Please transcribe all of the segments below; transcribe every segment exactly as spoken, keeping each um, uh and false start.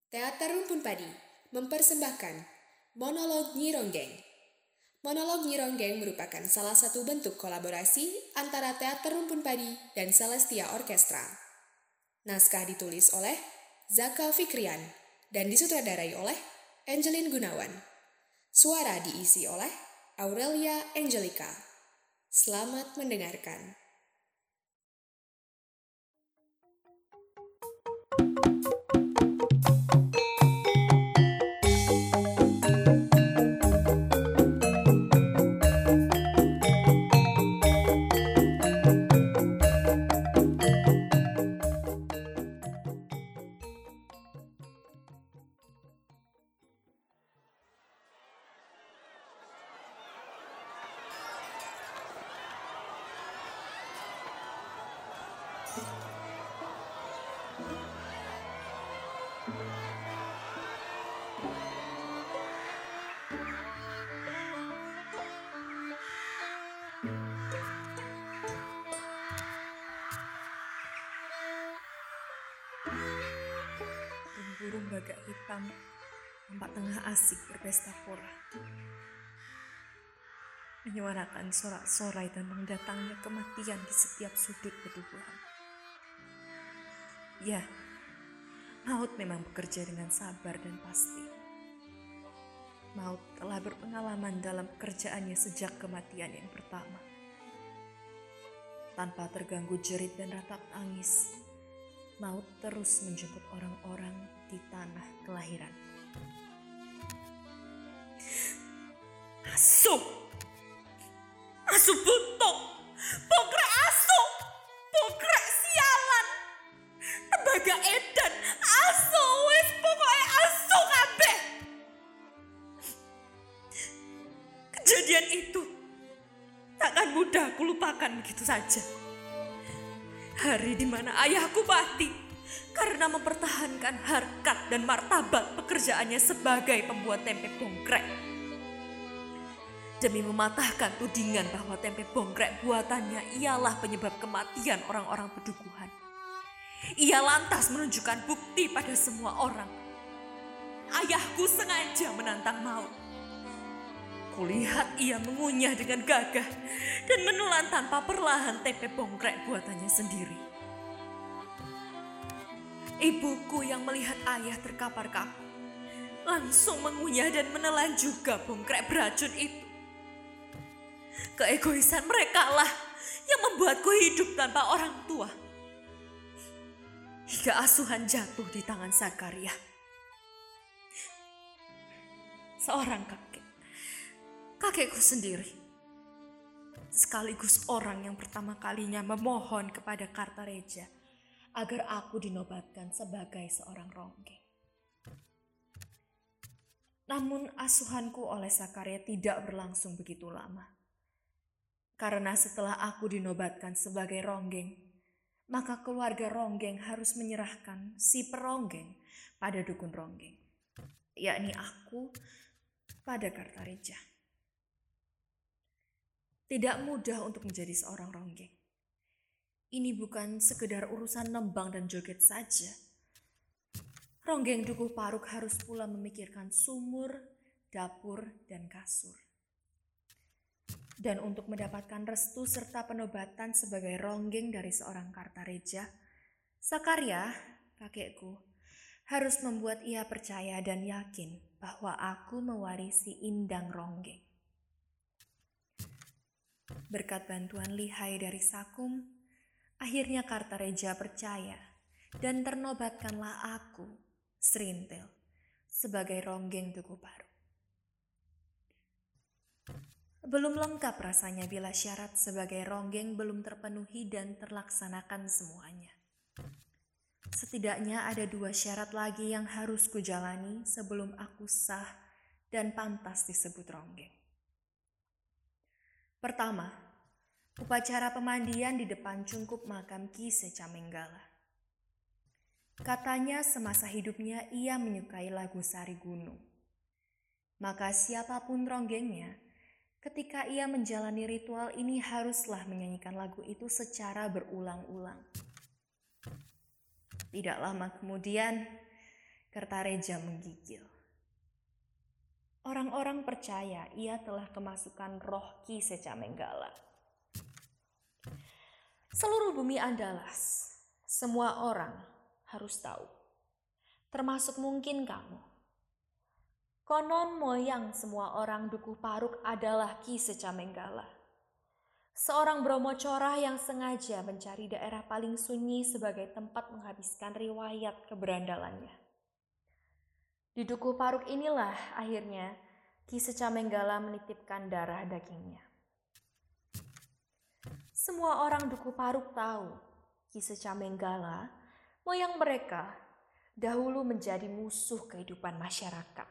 Teater Rumpun Padi mempersembahkan Monolog Nyi Ronggeng. Monolog Nyi Ronggeng merupakan salah satu bentuk kolaborasi antara Teater Rumpun Padi dan Celestia Orkestra. Naskah ditulis oleh Zaka Fikrian dan disutradarai oleh Angelin Gunawan. Suara diisi oleh Aurelia Angelica. Selamat mendengarkan. Burung gagak hitam nampak tengah asik berpesta pora, menyuarakan sorak-sorai tentang datangnya kematian di setiap sudut petubuhan. Ya, maut memang bekerja dengan sabar dan pasti. Maut telah berpengalaman dalam pekerjaannya sejak kematian yang pertama. Tanpa terganggu jerit dan ratap tangis, maut terus menjemput orang-orang di tanah kelahiran. Asu! Asu butuh! Pogrek asu! Pogrek sialan! Tembaga edan! Asu! Wis pokoknya asu kabeh! Kejadian itu takkan mudah aku lupakan begitu saja. Hari di mana ayahku mati karena mempertahankan harkat dan martabat pekerjaannya sebagai pembuat tempe bongkrek. Demi mematahkan tudingan bahwa tempe bongkrek buatannya ialah penyebab kematian orang-orang pedukuhan, ia lantas menunjukkan bukti pada semua orang. Ayahku sengaja menantang maut. Kulihat ia mengunyah dengan gagah dan menelan tanpa perlahan tempe bongkrek buatannya sendiri. Ibuku yang melihat ayah terkapar-kapar langsung mengunyah dan menelan juga bongkrek beracun itu. Keegoisan mereka lah yang membuatku hidup tanpa orang tua. Hingga asuhan jatuh di tangan Zakaria, seorang kakek. Kakekku sendiri, sekaligus orang yang pertama kalinya memohon kepada Kartareja agar aku dinobatkan sebagai seorang ronggeng. Namun asuhanku oleh Zakaria tidak berlangsung begitu lama. Karena setelah aku dinobatkan sebagai ronggeng, maka keluarga ronggeng harus menyerahkan si peronggeng pada dukun ronggeng, yakni aku pada Kartareja. Tidak mudah untuk menjadi seorang ronggeng. Ini bukan sekedar urusan nembang dan joget saja. Ronggeng Dukuh Paruk harus pula memikirkan sumur, dapur, dan kasur. Dan untuk mendapatkan restu serta penobatan sebagai ronggeng dari seorang Kartareja, Zakaria, kakekku, harus membuat ia percaya dan yakin bahwa aku mewarisi indang ronggeng. Berkat bantuan lihai dari Sakum, akhirnya Kartareja percaya dan ternobatkanlah aku, Srintil, sebagai ronggeng Dukuh Paruk. Belum lengkap rasanya bila syarat sebagai ronggeng belum terpenuhi dan terlaksanakan semuanya. Setidaknya ada dua syarat lagi yang harus kujalani sebelum aku sah dan pantas disebut ronggeng. Pertama, upacara pemandian di depan cungkup makam Ki Secamenggala. Katanya semasa hidupnya ia menyukai lagu Sari Gunung. Maka siapapun ronggengnya, ketika ia menjalani ritual ini haruslah menyanyikan lagu itu secara berulang-ulang. Tidak lama kemudian, Kertareja menggigil. Orang-orang percaya ia telah kemasukan roh Ki Secamenggala. Seluruh bumi Andalas, semua orang harus tahu, termasuk mungkin kamu. Konon moyang semua orang Dukuh Paruk adalah Ki Secamenggala, seorang bromocorah yang sengaja mencari daerah paling sunyi sebagai tempat menghabiskan riwayat keberandalannya. Di Dukuh Paruk inilah akhirnya Ki Secamenggala menitipkan darah dagingnya. Semua orang Dukuh Paruk tahu Ki Secamenggala, moyang mereka, dahulu menjadi musuh kehidupan masyarakat.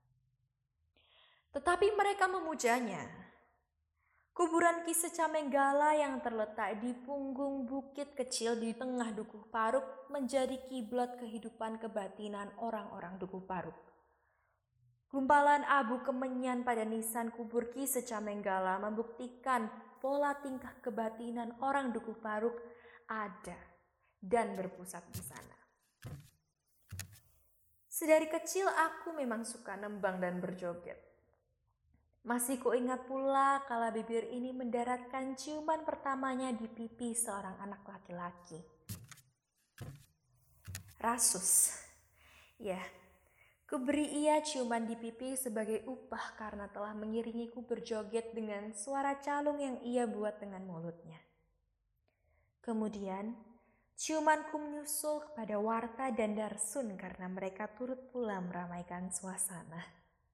Tetapi mereka memujanya. Kuburan Ki Secamenggala yang terletak di punggung bukit kecil di tengah Dukuh Paruk menjadi kiblat kehidupan kebatinan orang-orang Dukuh Paruk. Gumpalan abu kemenyan pada nisan kubur Ki Secamenggala membuktikan pola tingkah kebatinan orang Dukuh Paruk ada dan berpusat di sana. Sedari kecil aku memang suka nembang dan berjoget. Masih kuingat pula kala bibir ini mendaratkan ciuman pertamanya di pipi seorang anak laki-laki. Rasus. Ya, kuberi ia ciuman di pipi sebagai upah karena telah mengiringiku berjoget dengan suara calung yang ia buat dengan mulutnya. Kemudian, ciumanku menyusul kepada Warta dan Darsun karena mereka turut pula meramaikan suasana.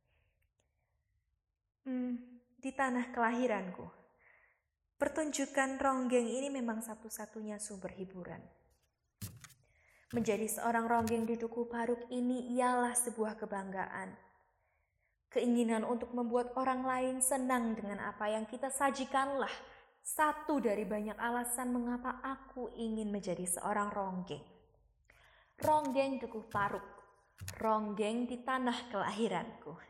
Hmm, di tanah kelahiranku, pertunjukan ronggeng ini memang satu-satunya sumber hiburan. Menjadi seorang ronggeng di Dukuh Paruk ini ialah sebuah kebanggaan. Keinginan untuk membuat orang lain senang dengan apa yang kita sajikanlah satu dari banyak alasan mengapa aku ingin menjadi seorang ronggeng. Ronggeng Dukuh Paruk, ronggeng di tanah kelahiranku.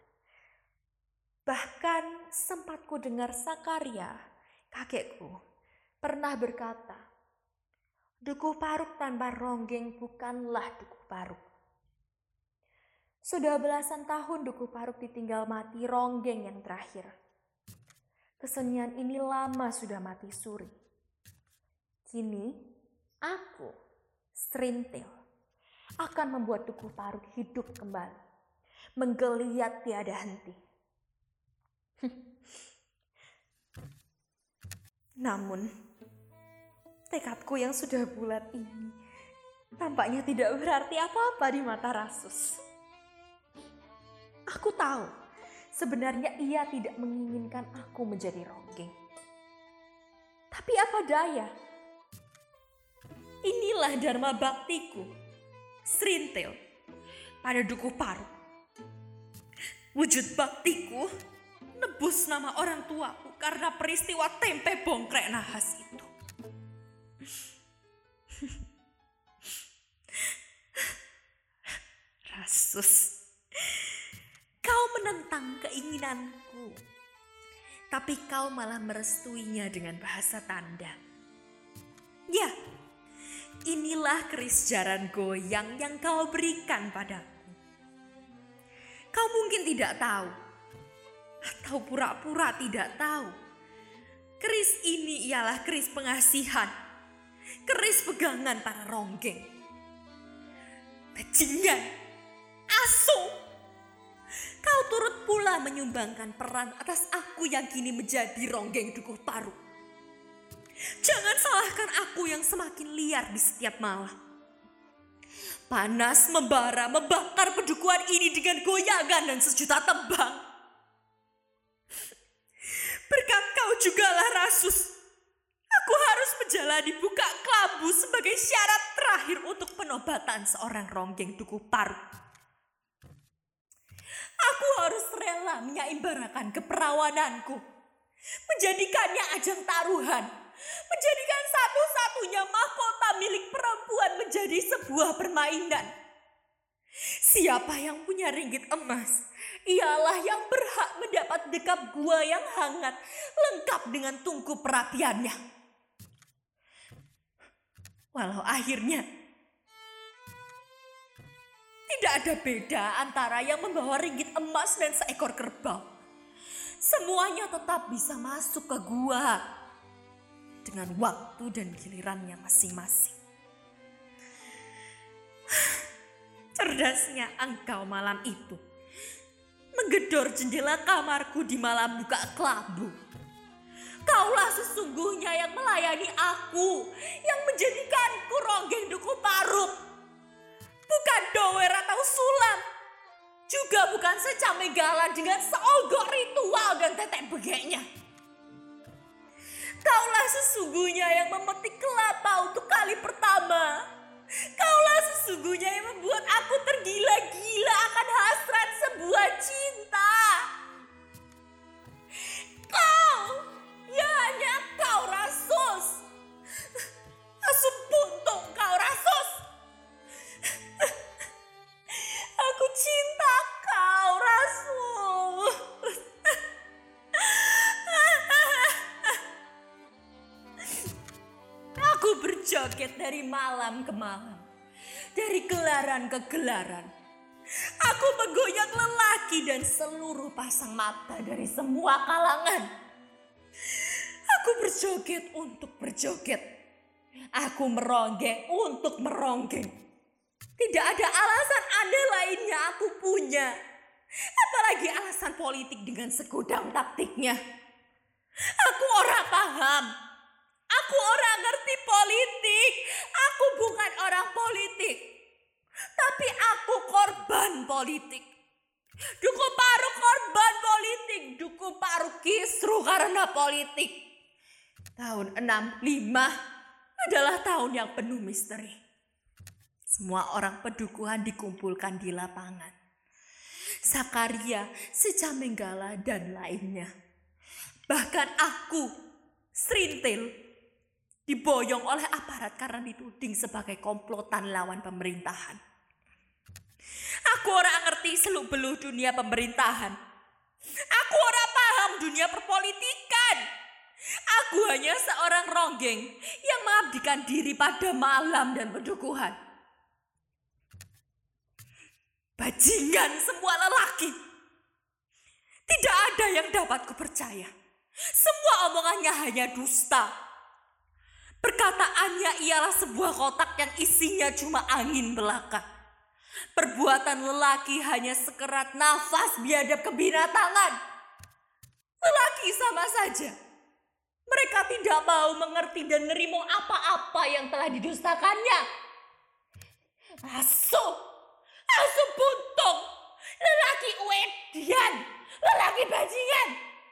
Bahkan sempat ku dengar Sakarya, kakekku, pernah berkata, Dukuh Paruk tanpa ronggeng bukanlah Dukuh Paruk. Sudah belasan tahun Dukuh Paruk ditinggal mati ronggeng yang terakhir. Kesenian ini lama sudah mati suri. Kini aku, Srintil, akan membuat Dukuh Paruk hidup kembali, menggeliat tiada henti. Namun, tekadku yang sudah bulat ini tampaknya tidak berarti apa-apa di mata Rasus. Aku tahu, sebenarnya ia tidak menginginkan aku menjadi ronggeng. Tapi apa daya? Inilah dharma baktiku, Srintil, pada Dukuh Paruk. Wujud baktiku nebus nama orang tuaku karena peristiwa tempe bongkrek nahas itu. Rasus, kau menentang keinginanku, tapi kau malah merestuinya dengan bahasa tanda. Ya, inilah keris jaran goyang yang kau berikan padaku. Kau mungkin tidak tahu, atau pura-pura tidak tahu, keris ini ialah keris pengasihan, keris pegangan para ronggeng. Bajingan, asu, kau turut pula menyumbangkan peran atas aku yang kini menjadi ronggeng Dukuh Paruk. Jangan salahkan aku yang semakin liar di setiap malam. Panas membara membakar pedukuhan ini dengan goyangan dan sejuta tembang. Berkat kau jugalah Rasus, aku harus menjalani buka kelabu sebagai syarat terakhir untuk penobatan seorang ronggeng Dukuh Paruk. Aku harus rela menyaimbarakan keperawananku, menjadikannya ajang taruhan, menjadikan satu-satunya mahkota milik perempuan menjadi sebuah permainan. Siapa yang punya ringgit emas, ialah yang berhak mendapat dekap gua yang hangat, lengkap dengan tungku perapiannya. Walau akhirnya Tidak ada beda antara yang membawa ringgit emas dan seekor kerbau. Semuanya tetap bisa masuk ke gua dengan waktu dan gilirannya masing-masing. Cerdasnya engkau malam itu menggedor jendela kamarku di malam buka kelabu. Kaulah sesungguhnya yang melayani aku, yang menjadikanku ronggeng duku paruk. Bukan dower atau sulam, juga bukan secamegala dengan seonggok ritual dan tetek begeknya. Kaulah sesungguhnya yang memetik kelapa untuk kali pertama. Kaulah sesungguhnya yang membuat aku tergila-gila akan hasrat sebuah cinta. Kau, ya hanya kau Rasus. Asup buntung kau Rasus. Aku cinta kau Rasus. Aku berjoget dari malam ke malam, dari gelaran ke gelaran. Aku menggoyang lelaki dan seluruh pasang mata dari semua kalangan. Aku berjoget untuk berjoget. Aku meronggeng untuk meronggeng. Tidak ada alasan andai lainnya aku punya. Apalagi alasan politik dengan segudang taktiknya. Aku orang paham. Aku orang ngerti politik. Aku bukan orang politik. Tapi aku korban politik. Duku Paruk korban politik. Duku Paruk kisruh karena politik. Tahun enam puluh lima adalah tahun yang penuh misteri. Semua orang pedukuhan dikumpulkan di lapangan. Sakaria, Secamenggala, dan lainnya. Bahkan aku, Srintil, diboyong oleh aparat karena dituding sebagai komplotan lawan pemerintahan. Aku orang ngerti seluk-beluk dunia pemerintahan. Aku orang paham dunia perpolitikan. Aku hanya seorang ronggeng yang mengabdikan diri pada malam dan pedukuhan. Bajingan semua lelaki. Tidak ada yang dapat kupercaya. Semua omongannya hanya dusta. Perkataannya ialah sebuah kotak yang isinya cuma angin belaka. Perbuatan lelaki hanya sekerat nafas biadab kebinatangan. Lelaki sama saja. Mereka tidak mau mengerti dan menerima apa-apa yang telah didustakannya. Asuh, asuh buntung, lelaki uedian, lelaki bajingan.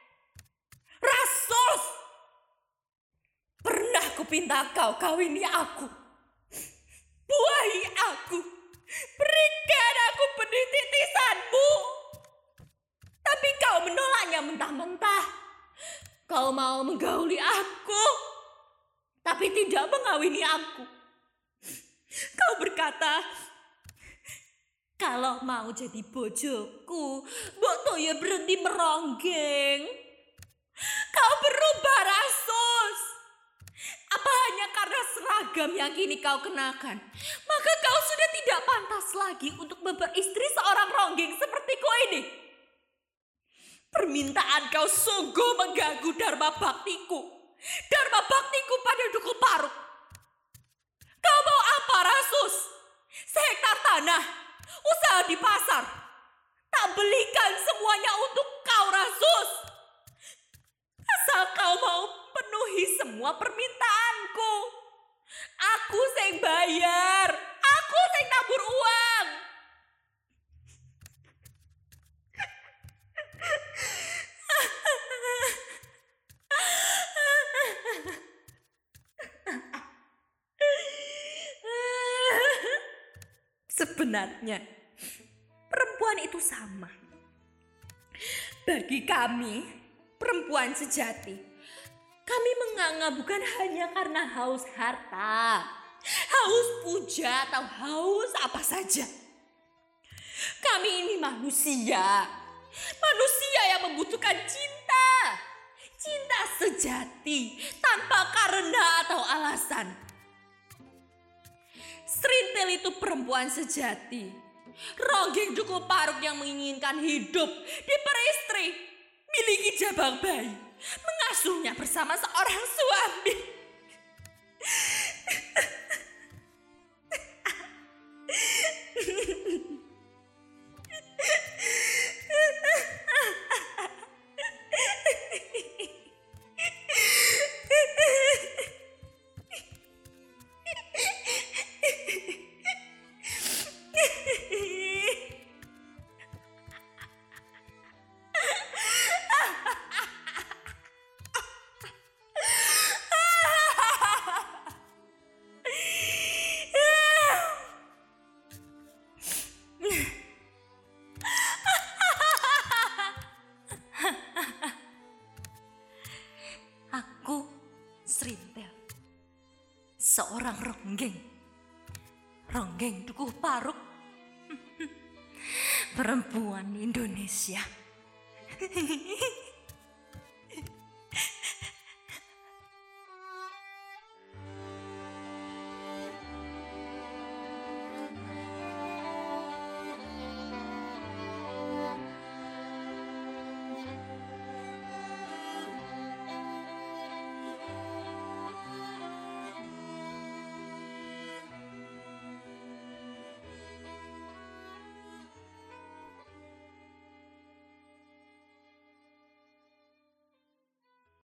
Rasus, pernah kupinta kau kawini aku. Buahi aku, berikan aku benih titisanmu. Tapi kau menolaknya mentah-mentah. Kau mau menggauli aku, tapi tidak mengawini aku. Kau berkata, kalau mau jadi bojoku, mbok toya berhenti meronggeng. Kau berubah Rasus. Apa hanya karena seragam yang kini kau kenakan, maka kau sudah tidak pantas lagi untuk beristri seorang ronggeng sepertiku ini? Permintaan kau sungguh mengganggu dharma baktiku. Dharma baktiku pada Duku Paruk. Kau mau apa Rasus? Sehektar tanah, usaha di pasar. Tak belikan semuanya untuk kau Rasus. Asal kau mau penuhi semua permintaanku. Aku sing bayar. Aku sing tabur uang. Sebenarnya perempuan itu sama. Bagi kami, perempuan sejati, kami menganga bukan hanya karena haus harta, haus puja atau haus apa saja. Kami ini manusia, manusia yang membutuhkan cinta, cinta sejati tanpa karena atau alasan. Srintil itu perempuan sejati Ronggeng Dukuh Paruk yang menginginkan hidup diperistri, miliki jabang bayi, mengasuhnya bersama seorang suami. Aku Srintel, seorang ronggeng, ronggeng Dukuh Paruk, perempuan Indonesia.